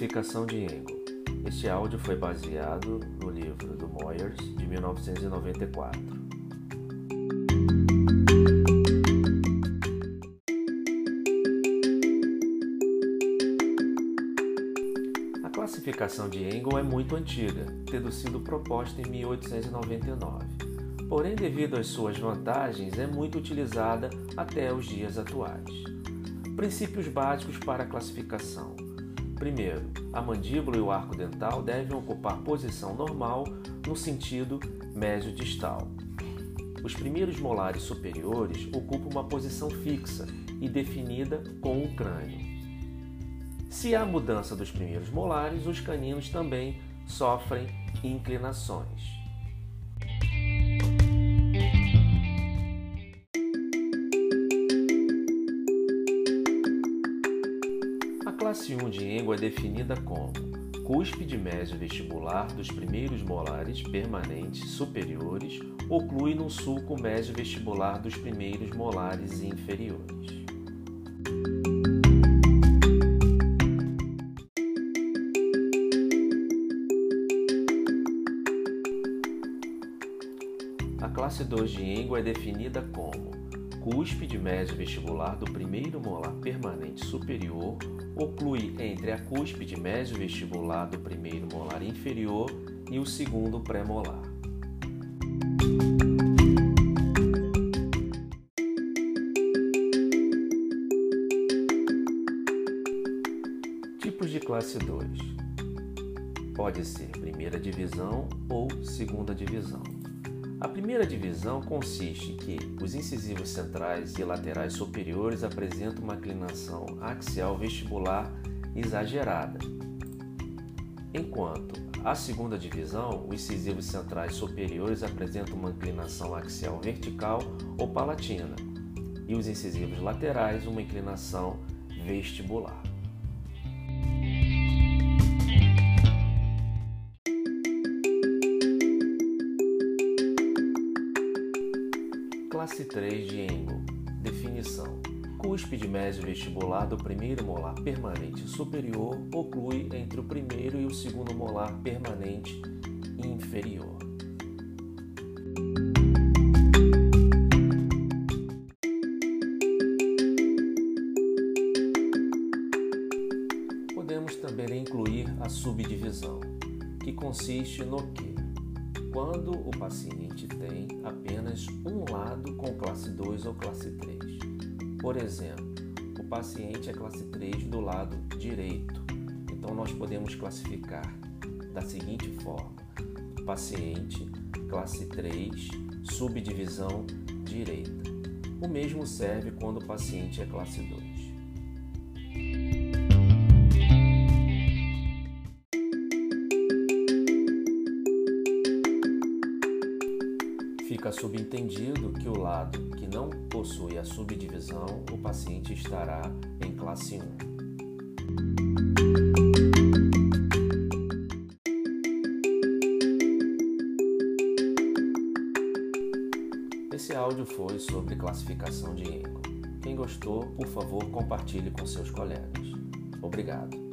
Classificação de Engel. Este áudio foi baseado no livro do Moyers, de 1994. A classificação de Engel é muito antiga, tendo sido proposta em 1899. Porém, devido às suas vantagens, é muito utilizada até os dias atuais. Princípios básicos para a classificação. Primeiro, a mandíbula e o arco dental devem ocupar posição normal no sentido mesiodistal. Os primeiros molares superiores ocupam uma posição fixa e definida com o crânio. Se há mudança dos primeiros molares, os caninos também sofrem inclinações. A classe 1 de Engel é definida como cúspide mesiovestibular dos primeiros molares permanentes superiores oclui no sulco mesiovestibular dos primeiros molares inferiores. A classe 2 de Engel é definida como cúspide mesiovestibular do primeiro molar permanente superior oclui entre a cúspide mesiovestibular do primeiro molar inferior e o segundo pré-molar. Tipos de classe 2. Pode ser primeira divisão ou segunda divisão. A primeira divisão consiste que os incisivos centrais e laterais superiores apresentam uma inclinação axial vestibular exagerada, enquanto a segunda divisão, os incisivos centrais superiores apresentam uma inclinação axial vertical ou palatina e os incisivos laterais uma inclinação vestibular. Classe 3 de Engel. Definição. Cúspide mesiovestibular do primeiro molar permanente superior oclui entre o primeiro e o segundo molar permanente inferior. Podemos também incluir a subdivisão, que consiste no que? Quando o paciente tem apenas um lado com classe 2 ou classe 3. Por exemplo, o paciente é classe 3 do lado direito. Então, nós podemos classificar da seguinte forma: paciente, classe 3, subdivisão direita. O mesmo serve quando o paciente é classe 2. Fica subentendido que o lado que não possui a subdivisão, o paciente estará em classe 1. Esse áudio foi sobre classificação de Engel. Quem gostou, por favor, compartilhe com seus colegas. Obrigado.